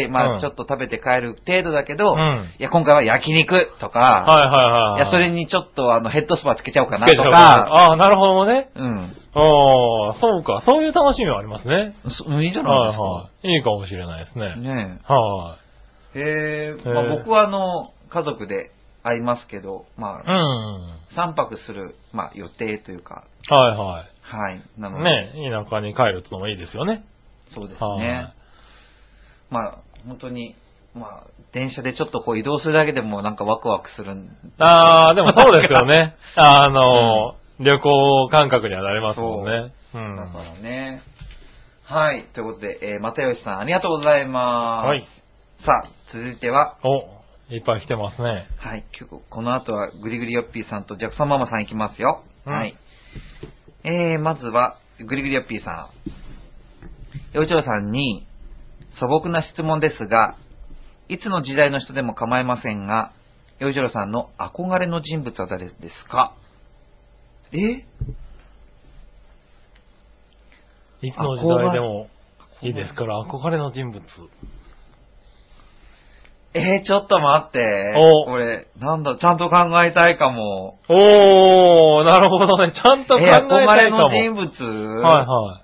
[SPEAKER 1] ちょっと食べて帰る程度だけど、いや、今回は焼肉とか、いや、それにちょっとヘッドスパつけちゃおうかなとか。
[SPEAKER 2] なるほどね。そうか。そういう楽しみはありますね。
[SPEAKER 1] いいじゃないですか。
[SPEAKER 2] いいかもしれないですね。
[SPEAKER 1] 僕は家族で、 ありますけど、まあ、3泊する、まあ、予定というか。
[SPEAKER 2] はいはい。
[SPEAKER 1] はい。なので。
[SPEAKER 2] ね、田舎に帰るのもいいですよね。
[SPEAKER 1] そうですね。まあ、本当に、まあ、電車でちょっとこう移動するだけでもなんかワクワクするんで。
[SPEAKER 2] でもそうですよね。旅行感覚にはなりますもんね。
[SPEAKER 1] だからね。はい。ということで、又吉さんありがとうございます。はい。さあ、続いては。
[SPEAKER 2] いっぱい来てますね。
[SPEAKER 1] はい。この後はグリグリヨッピーさんとジャクソンママさん行きますよ。はい。まずは、グリグリヨッピーさん。洋一郎さんに素朴な質問ですが、いつの時代の人でも構いませんが、洋一郎さんの憧れの人物は誰ですか？
[SPEAKER 2] いつの時代でもいいですから、憧れの人物。
[SPEAKER 1] ちょっと待って。これ、なんだ、ちゃんと考えたいかも。
[SPEAKER 2] なるほどね。ちゃんと考えたいかも。
[SPEAKER 1] 憧れの人物？
[SPEAKER 2] はいはい。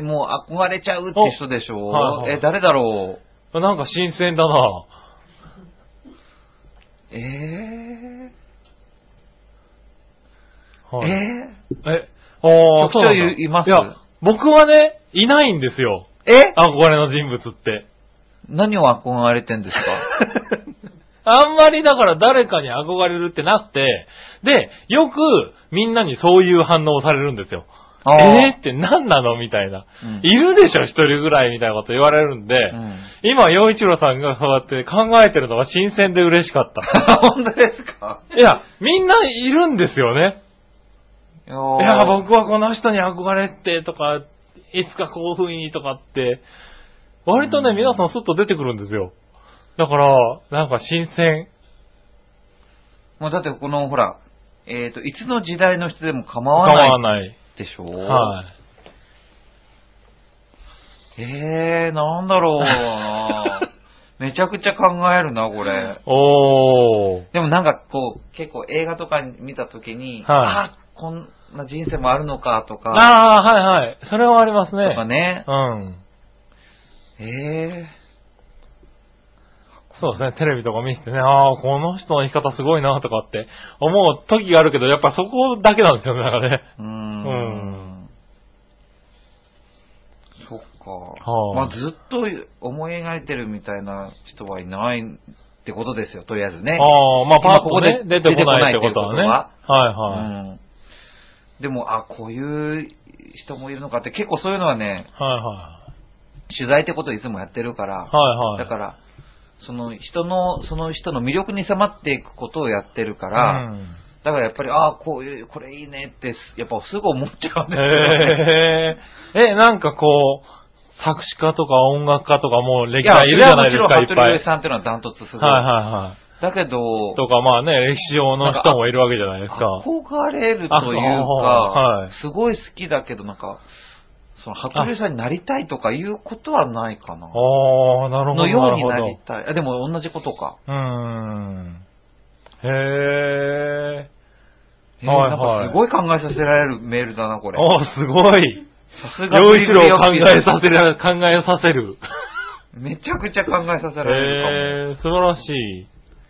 [SPEAKER 1] もう憧れちゃうって人でしょ？はいはい、誰だろ
[SPEAKER 2] う？なんか新鮮だな。
[SPEAKER 1] はい。そういます？
[SPEAKER 2] いや、僕はね、いないんですよ。憧れの人物って。
[SPEAKER 1] 何を憧れてんですか？
[SPEAKER 2] あんまりだから誰かに憧れるってなくて、で、よくみんなにそういう反応をされるんですよ。って何なのみたいな、いるでしょ一人ぐらいみたいなこと言われるんで、今、洋一郎さんがそうやって考えてるのが新鮮で嬉しかった。
[SPEAKER 1] 本当ですか？
[SPEAKER 2] いや、みんないるんですよね。いや、僕はこの人に憧れてとか、いつかこういう風にとかって、割とね、皆さんスッと出てくるんですよ。だから、なんか新鮮。
[SPEAKER 1] もうだってこの、ほら、いつの時代の人でも構わないでしょ？はい。なんだろうなめちゃくちゃ考えるな、これ。でもなんかこう、結構映画とか見たときに、こんな人生もあるのかとか。
[SPEAKER 2] はいはい。それはありますね。
[SPEAKER 1] とかね。
[SPEAKER 2] そうですね、テレビとか見ててね、この人の生き方すごいなとかって思う時があるけど、やっぱそこだけなんですよね、だからね。
[SPEAKER 1] そっか。まあずっと思い描いてるみたいな人はいないってことですよ、とりあえずね。
[SPEAKER 2] まあパッとね、出てこないってことはね。はいはい。
[SPEAKER 1] でも、こういう人もいるのかって、結構そういうのはね、取材ってことをいつもやってるから、だから、その人の魅力に迫っていくことをやってるから、だからやっぱり、これいいねって、やっぱすぐ思っちゃうんですよ。
[SPEAKER 2] なんかこう、作詞家とか音楽家とかも歴代いるじゃないですか、いっぱい。
[SPEAKER 1] 服部さんっていうのはダントツすごい。だけど、
[SPEAKER 2] とかまあね、歴史上の人もいるわけじゃないですか。
[SPEAKER 1] 憧れるというか、すごい好きだけど、なんか、その、服部さんになりたいとかいうことはないかな。
[SPEAKER 2] なるほど。
[SPEAKER 1] のようになりたい。でも同じことか。なんかすごい考えさせられるメールだな、これ。
[SPEAKER 2] すごい。さすが洋一郎を考えさせる。
[SPEAKER 1] めちゃくちゃ考えさせられるかも。
[SPEAKER 2] 素晴らしい。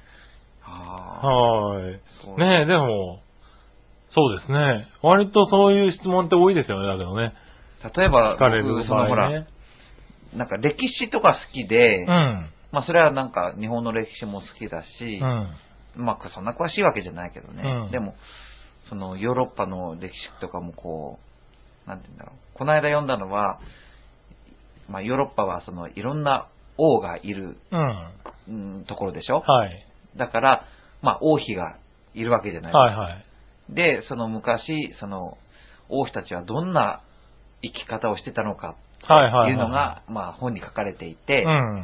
[SPEAKER 2] ねえ、でも、そうですね。割とそういう質問って多いですよね、だけどね。
[SPEAKER 1] 例えば、僕、ほら、なんか歴史とか好きで、まあそれはなんか日本の歴史も好きだし、まあそんな詳しいわけじゃないけどね。でも、そのヨーロッパの歴史とかもこう、なんて言うんだろう。この間読んだのは、まあヨーロッパはそのいろんな王がいる、ところでしょ？だから、まあ王妃がいるわけじゃないですか。で、その昔、その王妃たちはどんな生き方をしてたのかっていうのが、まあ本に書かれていて、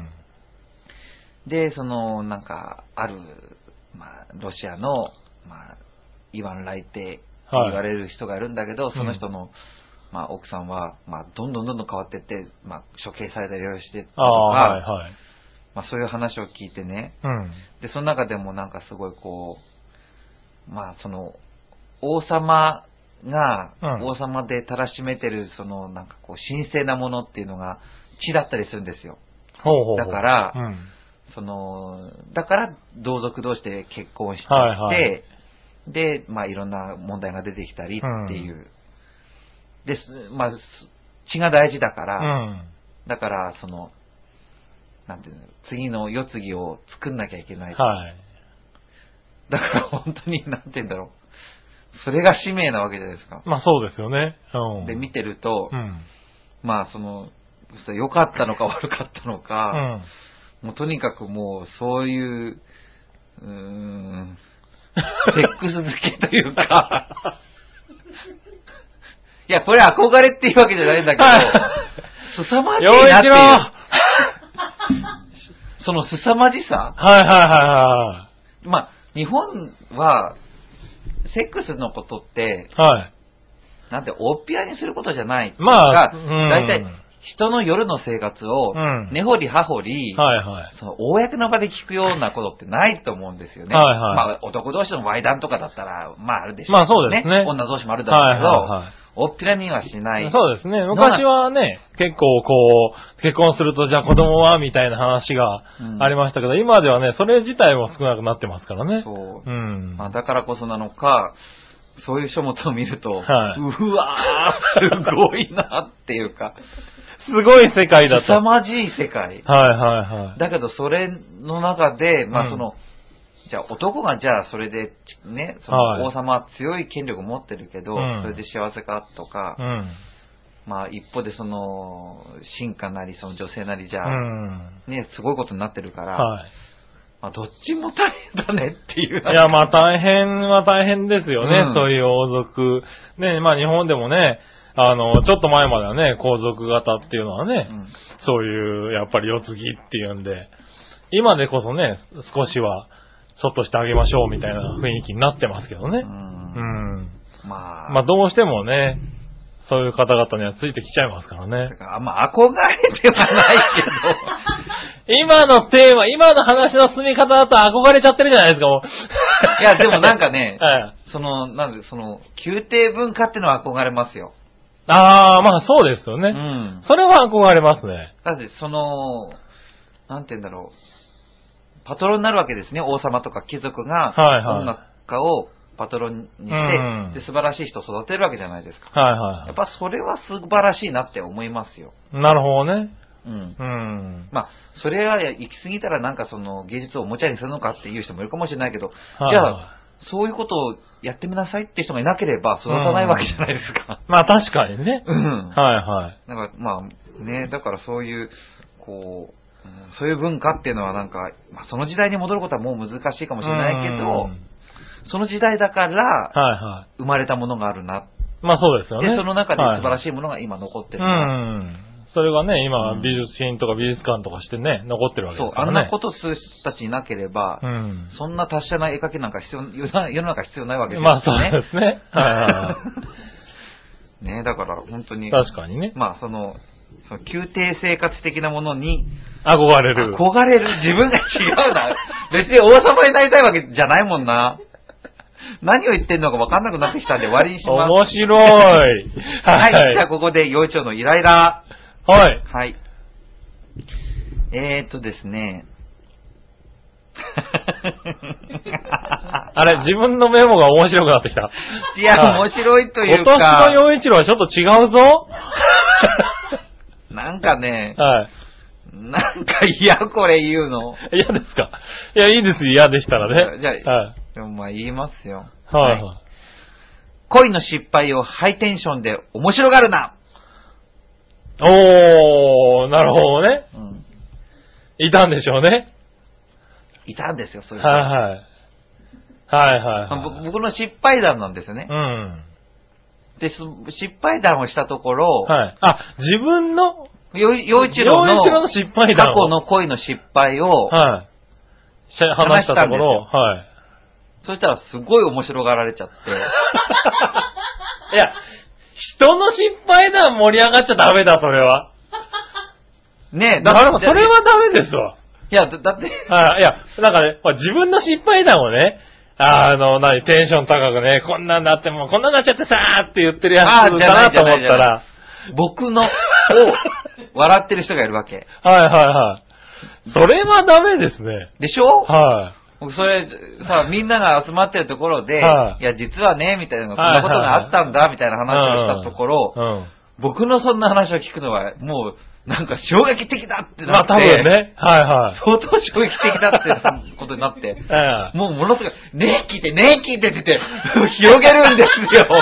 [SPEAKER 1] で、そのなんかある、まあロシアの、まあイワン・ライテって言われる人がいるんだけど、その人の、まあ奥さんは、まあどんどん変わっていって、まあ処刑されたりいろいろしてとか、まあそういう話を聞いてね、でその中でもなんかすごいこう、まあその王様が、王様でたらしめてるそのなんかこう神聖なものっていうのが血だったりするんですよ。だから、 だから同族同士で結婚しちゃって、はいはい、で、まあいろんな問題が出てきたりっていう。で、まあ、血が大事だから、だからなんていうの、次の世継ぎを作んなきゃいけない。はい。だから本当に、なんていうんだろう。それが使命なわけじゃないですか。
[SPEAKER 2] まあそうですよね。
[SPEAKER 1] で、見てると、まあ良かったのか悪かったのか、もうとにかくもうそういう、セックス漬けというか、いや、これ憧れっていうわけじゃないんだけど、凄まじいなっていう。その凄まじさ。
[SPEAKER 2] はいはいはいはい。
[SPEAKER 1] まあ、日本は、セックスのことって、
[SPEAKER 2] はい。
[SPEAKER 1] なんて、大っぴらにすることじゃない。
[SPEAKER 2] まあ、
[SPEAKER 1] だいたい人の夜の生活を、根掘り葉掘り、はいはい、公の場で聞くようなことってないと思うんですよね。はいはい、まあ、男同士のワイダンとかだったら、まああるでしょうね。
[SPEAKER 2] まあそうですね。
[SPEAKER 1] 女同士もあるだろうけど、はいはいはい、大っぴらにはしない。
[SPEAKER 2] そうですね。昔はね、結構結婚するとじゃあ子供はみたいな話がありましたけど、今ではね、それ自体も少なくなってますからね。
[SPEAKER 1] そう。まあ、だからこそなのか、そういう書物を見ると、はい、うわー、すごいなっていうか、
[SPEAKER 2] すごい世界だった。
[SPEAKER 1] 凄まじい世界。
[SPEAKER 2] はいはいはい。
[SPEAKER 1] だけどそれの中で、まあじゃあ男がじゃあそれでね、王様は強い権力を持ってるけど、それで幸せかとか、まあ一方で進化なり女性なりじゃあ、ね、すごいことになってるから、はい、まあどっちも大変だねっていう。
[SPEAKER 2] いやまあ大変は大変ですよね、そういう王族。ね、まあ日本でもね、ちょっと前まではね、皇族型っていうのはね、そういう、やっぱり世継ぎっていうんで、今でこそね、少しは、そっとしてあげましょうみたいな雰囲気になってますけどね。まあどうしてもね、そういう方々にはついてきちゃいますからね。
[SPEAKER 1] まあ憧れてはないけ
[SPEAKER 2] ど。今のテーマ、今の話の進み方だと憧れちゃってるじゃないですか、もう。
[SPEAKER 1] いや、でもなんかね、はい、宮廷文化っていうのは憧れますよ。
[SPEAKER 2] ああ、まあそうですよね。それは憧れますね。
[SPEAKER 1] だってなんて言うんだろう。パトロンになるわけですね。王様とか貴族が、音楽家をパトロンにして、で、素晴らしい人を育てるわけじゃないですか。はいはい。やっぱそれは素晴らしいなって思いますよ。
[SPEAKER 2] なるほどね。
[SPEAKER 1] まあ、それは行き過ぎたらなんか芸術をおもちゃにするのかっていう人もいるかもしれないけど、じゃあ、そういうことをやってみなさいって人がいなければ育たないわけじゃないですか。
[SPEAKER 2] まあ確かにね。はいはい。
[SPEAKER 1] なんかまあね、だからそういう、そういう文化っていうのはなんか、まあ、その時代に戻ることはもう難しいかもしれないけど、その時代だから、生まれたものがあるな。
[SPEAKER 2] まあそうですよね。
[SPEAKER 1] で、その中で素晴らしいものが今残ってるな。
[SPEAKER 2] それがね、今、美術品とか美術館とかしてね、残ってるわけですからね。
[SPEAKER 1] そう、あんなことする人たちいなければ、そんな達者な絵描きなんか世の中必要ないわけですよね。
[SPEAKER 2] まあそうですね。
[SPEAKER 1] ね、だから本当に。
[SPEAKER 2] 確かにね。
[SPEAKER 1] まあその宮廷生活的なものに
[SPEAKER 2] 憧れる。
[SPEAKER 1] 自分が違うな。別に王様になりたいわけじゃないもんな。何を言ってんのか分かんなくなってきたんで終わりにします。
[SPEAKER 2] 面白い。
[SPEAKER 1] はい。じゃあここで陽一郎のイライラ。
[SPEAKER 2] はい。
[SPEAKER 1] はい。ですね。
[SPEAKER 2] あれ、自分のメモが面白くなってきた。
[SPEAKER 1] いや、面白いというか。
[SPEAKER 2] 今年の陽一郎はちょっと違うぞ。
[SPEAKER 1] なんかね、はい。なんか嫌これ言うの。
[SPEAKER 2] 嫌ですか？いや、いいです、嫌でしたらね。
[SPEAKER 1] じゃあ、はい、でもまあ言いますよ。
[SPEAKER 2] はい。
[SPEAKER 1] 恋の失敗をハイテンションで面白がるな。
[SPEAKER 2] おー、なるほどね。いたんでしょうね。
[SPEAKER 1] いたんですよ、そういう人。
[SPEAKER 2] はいはい。はいはい。
[SPEAKER 1] 僕の失敗談なんですよね。で、失敗談をしたところ、
[SPEAKER 2] はい。自分の
[SPEAKER 1] 陽一郎の
[SPEAKER 2] 失敗談。
[SPEAKER 1] 過去の恋の失敗を、
[SPEAKER 2] はい。話したところ、はい。
[SPEAKER 1] そしたらすごい面白がられちゃって。
[SPEAKER 2] いや、人の失敗談盛り上がっちゃダメだ、それは。
[SPEAKER 1] ねえ、
[SPEAKER 2] だからそれはダメですわ。
[SPEAKER 1] いや、だって。
[SPEAKER 2] いや、なんかね、自分の失敗談をね、テンション高くね、こんなんだってもうこんなんなっちゃってさーって言ってるやつだなと思ったら。
[SPEAKER 1] 僕の、を笑ってる人がいるわけ。
[SPEAKER 2] はいはいはい。 それはダメですね。
[SPEAKER 1] でしょ？
[SPEAKER 2] はい。
[SPEAKER 1] 僕それさ、みんなが集まってるところで、
[SPEAKER 2] はい
[SPEAKER 1] や、実はね、みたいな、こんなことがあったんだ、みたいな話をしたところ、僕のそんな話を聞くのは、もう、なんか衝撃的だってなって。
[SPEAKER 2] まあ多分ね。はいはい。
[SPEAKER 1] 相当衝撃的だってことになって、もうものすごい、ねえ聞いてって言って、広げるんですよ。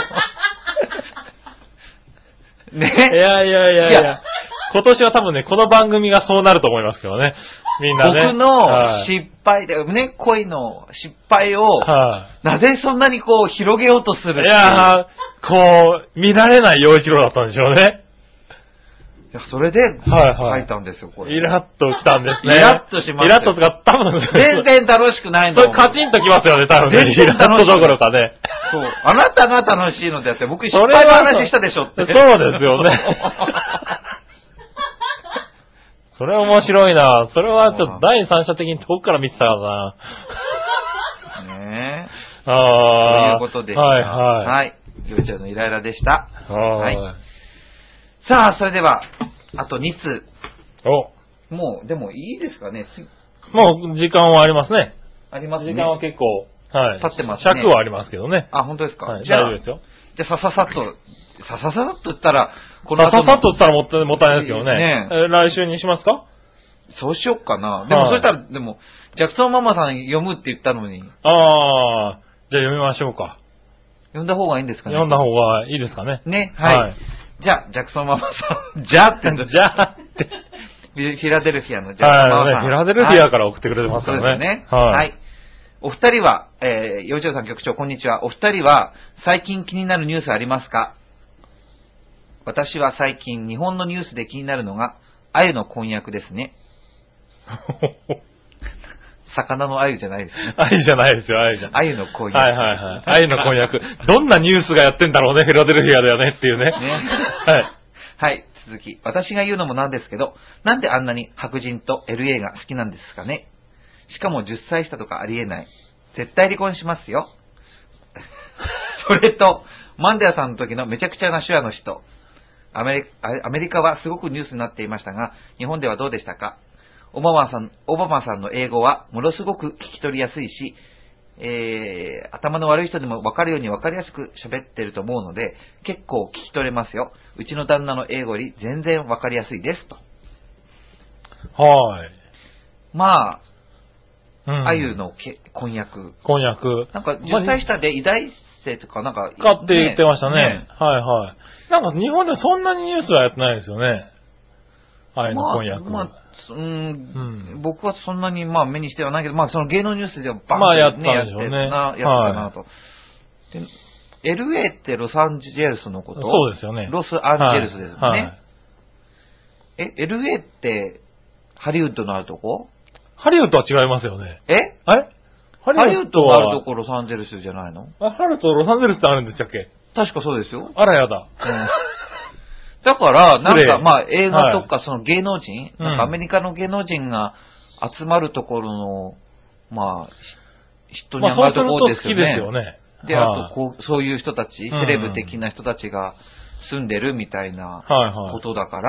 [SPEAKER 1] ね。
[SPEAKER 2] いや。今年は多分ね、この番組がそうなると思いますけどね。みんなね。
[SPEAKER 1] 僕の失敗で、ね、恋の失敗を、なぜそんなにこう、広げようとするっていう。
[SPEAKER 2] いやこう、見られない陽一郎だったんでしょうね。
[SPEAKER 1] いや、それで、書いたんですよ、これ。
[SPEAKER 2] イラッと来たんですね。
[SPEAKER 1] イラッとしました。
[SPEAKER 2] イラッととか、多分、
[SPEAKER 1] 全然楽しくないの。
[SPEAKER 2] それカチンときますよね、多分ね。イラッとどころかね。
[SPEAKER 1] そう。あなたが楽しいのであって、僕失敗の話したでしょって。
[SPEAKER 2] そうですよね。それ面白いな。それはちょっと第三者的に遠くから見てたから
[SPEAKER 1] な。ね
[SPEAKER 2] え。と
[SPEAKER 1] いうことでした。はい。りょうちゃんのイライラでした。はい。さあ、それでは、あと2通。もう、でもいいですかね。
[SPEAKER 2] もう時間はありますね。
[SPEAKER 1] ありますね。
[SPEAKER 2] 時間は結構、はい。
[SPEAKER 1] 経ってますね。
[SPEAKER 2] 尺はありますけどね。
[SPEAKER 1] あ、本当ですか。
[SPEAKER 2] はい、大丈夫ですよ。
[SPEAKER 1] じゃあ、ささっと言ったら、
[SPEAKER 2] ささっと言ったらもったいないですよね。来週にしますか？
[SPEAKER 1] そうしよっかな。でも、そしたら、ジャクソンママさん読むって言ったのに。
[SPEAKER 2] じゃあ読みましょうか。
[SPEAKER 1] 読んだ方がいいんですかね。
[SPEAKER 2] 読んだ方がいいですかね。
[SPEAKER 1] ね、はい。じゃあ、ジャクソンママさん、じゃあって。フィラデルフィアのジャクソンママさん。
[SPEAKER 2] フィラデルフィアから送ってくれてますからね。
[SPEAKER 1] そうですね。はい。お二人は、幼稚園さん局長、こんにちは。お二人は、最近気になるニュースありますか？私は最近、日本のニュースで気になるのが、鮎の婚約ですね。魚の鮎じゃないですね。
[SPEAKER 2] 鮎じゃないですよ、鮎じゃ。
[SPEAKER 1] 鮎の婚約。
[SPEAKER 2] 鮎の婚約。どんなニュースがやってんだろうね、フィラデルフィアだよねっていうね。
[SPEAKER 1] はい、続き。私が言うのもなんですけど、なんであんなに白人と LA が好きなんですかね。しかも10歳下とかありえない。絶対離婚しますよ。それと、マンデラさんの時のめちゃくちゃな手話の人。アメリカはすごくニュースになっていましたが、日本ではどうでしたか？オバマさんの英語はものすごく聞き取りやすいし、頭の悪い人でも分かるように分かりやすく喋ってると思うので、結構聞き取れますよ。うちの旦那の英語より全然分かりやすいですと。
[SPEAKER 2] はい。
[SPEAKER 1] まあ、あゆの婚約。なんか10歳下で偉大生とかなんか、
[SPEAKER 2] かって言ってましたね。はい。なんか日本でそんなにニュースはやってないですよね。あゆの婚約。
[SPEAKER 1] 僕はそんなに目にしてはないけど、その芸能ニュースではバ
[SPEAKER 2] ンとやってたんでしょうね。
[SPEAKER 1] やってたなと。LA ってロサンゼルスのこと？
[SPEAKER 2] そうですよね。
[SPEAKER 1] ロスアンジェルスですよね。LA ってハリウッドのあるとこ？
[SPEAKER 2] ハリウッドは違いますよね。
[SPEAKER 1] あれ？ハリウッドがあるとこロサンゼルスじゃないの？
[SPEAKER 2] ハリウッドロサンゼルスってあるんでしたっけ？
[SPEAKER 1] 確かそうですよ。
[SPEAKER 2] あらやだ。
[SPEAKER 1] だから、なんか映画とかその芸能人、なんかアメリカの芸能人が集まるところの、人に余るところですよね。
[SPEAKER 2] そうすると好きですよね。
[SPEAKER 1] で、あとそういう人たち、セレブ的な人たちが住んでるみたいなことだから、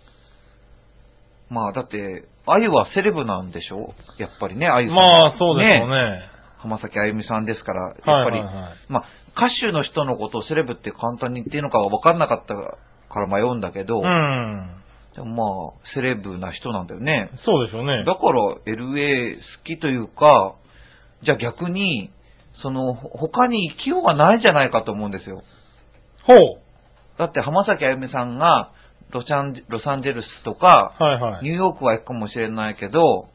[SPEAKER 1] だって、あゆはセレブなんでしょ？やっぱりね、あゆさん。
[SPEAKER 2] そうですよね。
[SPEAKER 1] 浜崎あゆみさんですから、やっぱり、歌手の人のことをセレブって簡単に言っていいのかは分かんなかったから迷うんだけど、でもセレブな人なんだよね。
[SPEAKER 2] そうでしょうね。
[SPEAKER 1] だから LA 好きというか、じゃあ逆に、他に生きようがないんじゃないかと思うんですよ。だって浜崎あゆみさんがロサンゼルスとか、ニューヨークは行くかもしれないけど、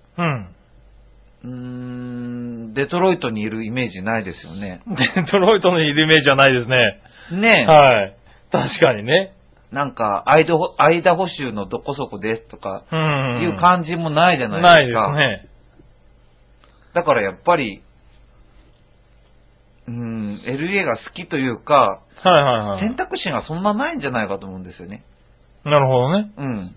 [SPEAKER 1] デトロイトにいるイメージないですよね。
[SPEAKER 2] デトロイトにいるイメージはないですね。
[SPEAKER 1] ねえ。
[SPEAKER 2] はい。確かにね。
[SPEAKER 1] なんか、アイダホ州のどこそこですとか、いう感じもないじゃないですか。
[SPEAKER 2] ないですね。
[SPEAKER 1] だからやっぱり、LA が好きというか、選択肢がそんなないんじゃないかと思うんですよね。
[SPEAKER 2] なるほどね。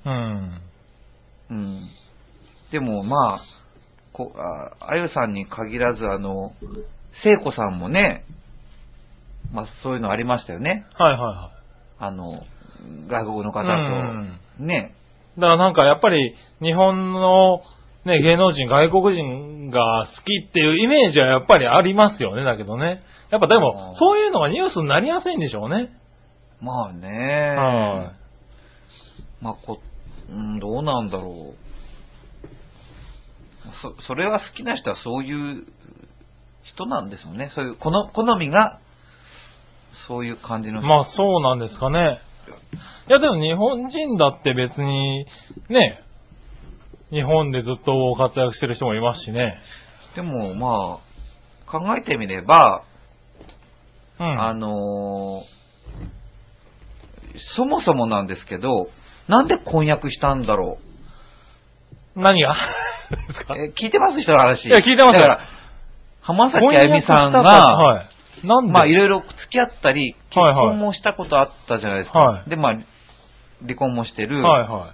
[SPEAKER 1] でもあゆさんに限らず、聖子さんもね、そういうのありましたよね。外国の方と、ね、
[SPEAKER 2] だからなんかやっぱり日本のね、芸能人、外国人が好きっていうイメージはやっぱりありますよね、だけどね。やっぱでも、そういうのがニュースになりやすいんでしょうね。
[SPEAKER 1] まあね。
[SPEAKER 2] はい。
[SPEAKER 1] まあどうなんだろう。それが好きな人はそういう人なんですもんね。そういう好みがそういう感じの人。
[SPEAKER 2] まあそうなんですかね。いやでも日本人だって別にね、日本でずっと活躍してる人もいますしね。
[SPEAKER 1] でもまあ考えてみれば、
[SPEAKER 2] うん、
[SPEAKER 1] そもそもなんですけど、なんで婚約したんだろ
[SPEAKER 2] う。何が
[SPEAKER 1] 聞いてます人の話。
[SPEAKER 2] いや聞いてますよ。
[SPEAKER 1] だから浜崎あゆみさんが、はい、
[SPEAKER 2] なんで
[SPEAKER 1] まあいろいろ付き合ったり結婚もしたことあったじゃないですか。
[SPEAKER 2] はいはい、
[SPEAKER 1] でまあ離婚もしてる。
[SPEAKER 2] はいはい。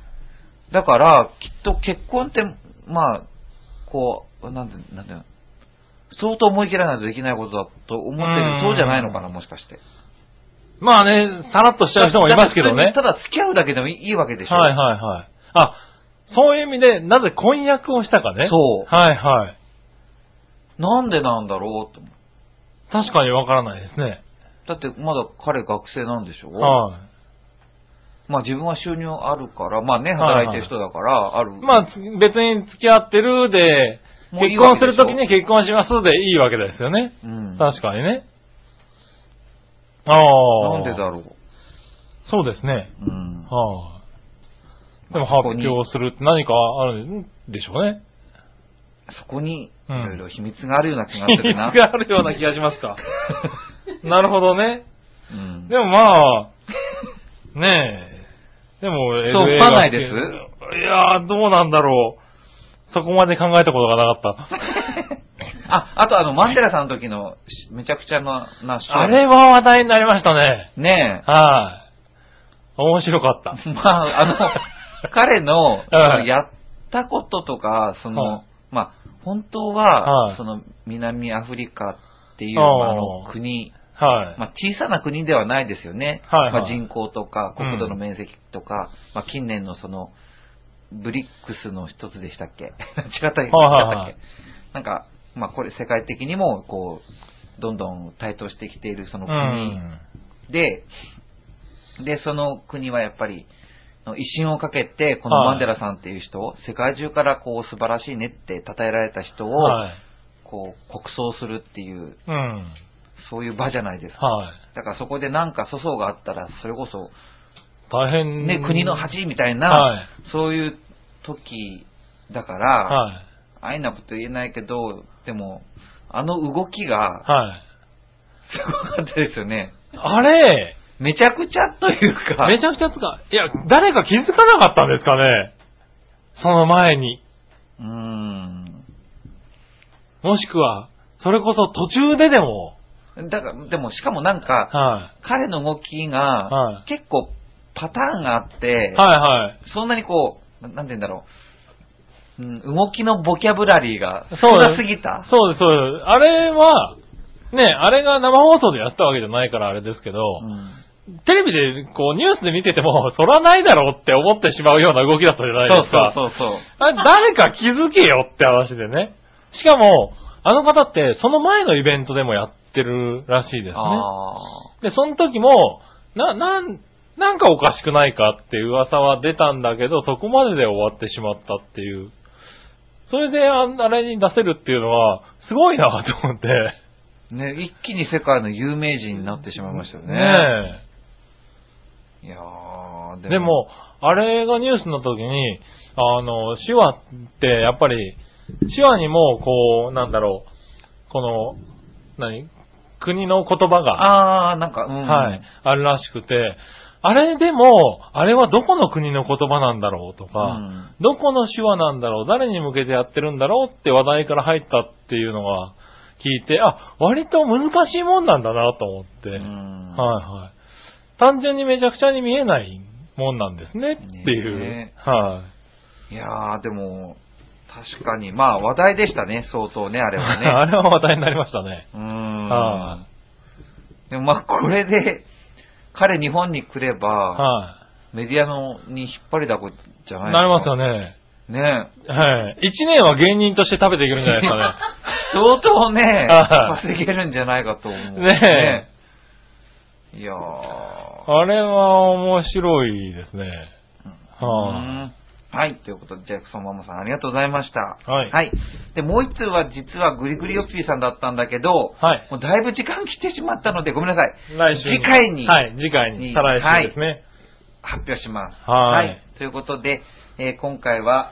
[SPEAKER 1] だからきっと結婚ってまあこうなんて相当思い切らないとできないことだと思ってる。そうじゃないのかな、もしかして。
[SPEAKER 2] まあね、さらっとしちゃう人もいますけどね。
[SPEAKER 1] ただ付き合うだけでもいいわけでしょ。
[SPEAKER 2] はいはいはい。あ、そういう意味で、なぜ婚約をしたかね。
[SPEAKER 1] そう。
[SPEAKER 2] はいはい。
[SPEAKER 1] なんでなんだろうと。
[SPEAKER 2] 確かにわからないですね。
[SPEAKER 1] だってまだ彼学生なんでしょ。
[SPEAKER 2] はい。
[SPEAKER 1] まあ自分は収入あるから、まあね、働いてる人だから、ある。
[SPEAKER 2] まあ別に付き合ってるで、結婚するときに結婚しますでいいわけですよね。
[SPEAKER 1] うん。
[SPEAKER 2] 確かにね。ああ。
[SPEAKER 1] なんでだろう。
[SPEAKER 2] そうですね。
[SPEAKER 1] うん。
[SPEAKER 2] はあ。でも発表するって何かあるんでしょうね。
[SPEAKER 1] そこに、いろいろ秘密があるような気がするな。
[SPEAKER 2] 秘密があるような気がしますか。なるほどね。
[SPEAKER 1] うん。
[SPEAKER 2] でもまあ、ねえ。でも、
[SPEAKER 1] そう思わないです？い
[SPEAKER 2] やー、どうなんだろう。そこまで考えたことがなかった。
[SPEAKER 1] あとマンデラさんの時のめちゃくちゃな
[SPEAKER 2] あれは話題になりましたね。
[SPEAKER 1] ねえ。
[SPEAKER 2] はい。面白かった。
[SPEAKER 1] まあ、彼の、やったこととか、まあ、本当は、南アフリカっていう国、
[SPEAKER 2] はい。
[SPEAKER 1] まあ、小さな国ではないですよね。
[SPEAKER 2] はい。
[SPEAKER 1] まあ、人口とか、国土の面積とか、まあ、近年のブリックスの一つでしたっけ違ったっけなんか、まあ、これ世界的にも、どんどん台頭してきているその国で、その国はやっぱり、威信をかけて、このマンデラさんっていう人、世界中から素晴らしいねって称えられた人を、国葬するっていう、そういう場じゃないですか。だからそこでなんか粗相があったら、それこそ、
[SPEAKER 2] 大変
[SPEAKER 1] ね、国の恥みたいな、そういう時だから、ああいうなこと言えないけど、でも、動きが、すごかったですよね。
[SPEAKER 2] あれ
[SPEAKER 1] めちゃくちゃというか。
[SPEAKER 2] めちゃくちゃいや、誰か気づかなかったんですかね。その前に。もしくは、それこそ途中ででも。
[SPEAKER 1] だから、でもしかもなんか、彼の動きが、結構パターンがあって、そんなになんて言うんだろう。動きのボキャブラリーが少なすぎた。
[SPEAKER 2] そうです、そうです。あれは、ね、あれが生放送でやったわけじゃないからあれですけど、テレビで、ニュースで見てても、そらないだろうって思ってしまうような動きだったじゃないですか。
[SPEAKER 1] そう。
[SPEAKER 2] あれ誰か気づけよって話でね。しかも、あの方って、その前のイベントでもやってるらしいですね。で、その時も、なんかおかしくないかっていう噂は出たんだけど、そこまでで終わってしまったっていう。それであれに出せるっていうのは、すごいなと思って。
[SPEAKER 1] ね、一気に世界の有名人になってしまいましたよね。
[SPEAKER 2] ね
[SPEAKER 1] え。いや
[SPEAKER 2] でも、あれがニュースの時に、手話ってやっぱり、手話にも、国の言葉が、あるらしくて、あれでも、あれはどこの国の言葉なんだろうとか、どこの手話なんだろう、誰に向けてやってるんだろうって話題から入ったっていうのが聞いて、割と難しいもんなんだなと思って、単純にめちゃくちゃに見えないもんなんですねっていう。
[SPEAKER 1] いやー、でも、確かに、まあ話題でしたね、相当ね、あれはね。
[SPEAKER 2] あれは話題になりましたね。
[SPEAKER 1] でもまあこれで、彼日本に来れば、 メディアに引っ張りだこじゃないですか。
[SPEAKER 2] なりますよね。
[SPEAKER 1] ね
[SPEAKER 2] はい。1年は芸人として食べていけるんじゃないですかね。
[SPEAKER 1] 相当ね、稼げるんじゃないかと思う。
[SPEAKER 2] ね
[SPEAKER 1] え。いやー。
[SPEAKER 2] あれは面白いですね。
[SPEAKER 1] はい。ということで、ジャクソンママさんありがとうございました。
[SPEAKER 2] はい。
[SPEAKER 1] はい。で、もう一通は実はグリグリヨッピーさんだったんだけど、
[SPEAKER 2] はい。
[SPEAKER 1] もうだいぶ時間来てしまったので、ごめんなさい。
[SPEAKER 2] 来週。
[SPEAKER 1] 次回に。
[SPEAKER 2] はい、次回に。再来週ですね。はい、
[SPEAKER 1] 発表します。
[SPEAKER 2] はい。
[SPEAKER 1] ということで、今回は、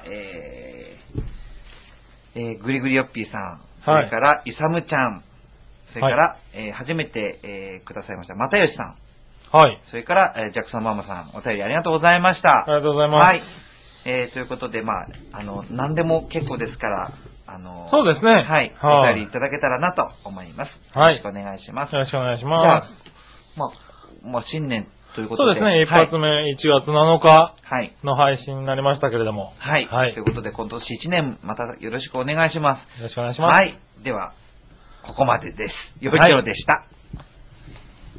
[SPEAKER 1] グリグリヨッピーさん、それから、イサムちゃん、それから、初めて、くださいました、又吉さん。
[SPEAKER 2] はい。
[SPEAKER 1] それから、ジャクソンママさん、お便りありがとうございました。
[SPEAKER 2] ありがとうございます。
[SPEAKER 1] はい。ということで、何でも結構ですから、
[SPEAKER 2] そうですね。
[SPEAKER 1] はい。お便りいただけたらなと思います。
[SPEAKER 2] はい。
[SPEAKER 1] よろしくお願いします。
[SPEAKER 2] よろしくお願いします。
[SPEAKER 1] じゃあ、新年ということで。
[SPEAKER 2] そうですね。一発目、1月7日の配信になりましたけれども。
[SPEAKER 1] はい。ということで、今年1年、またよろしくお願いします。
[SPEAKER 2] よろしくお願いします。
[SPEAKER 1] はい。では、ここまでです。よいちろでした。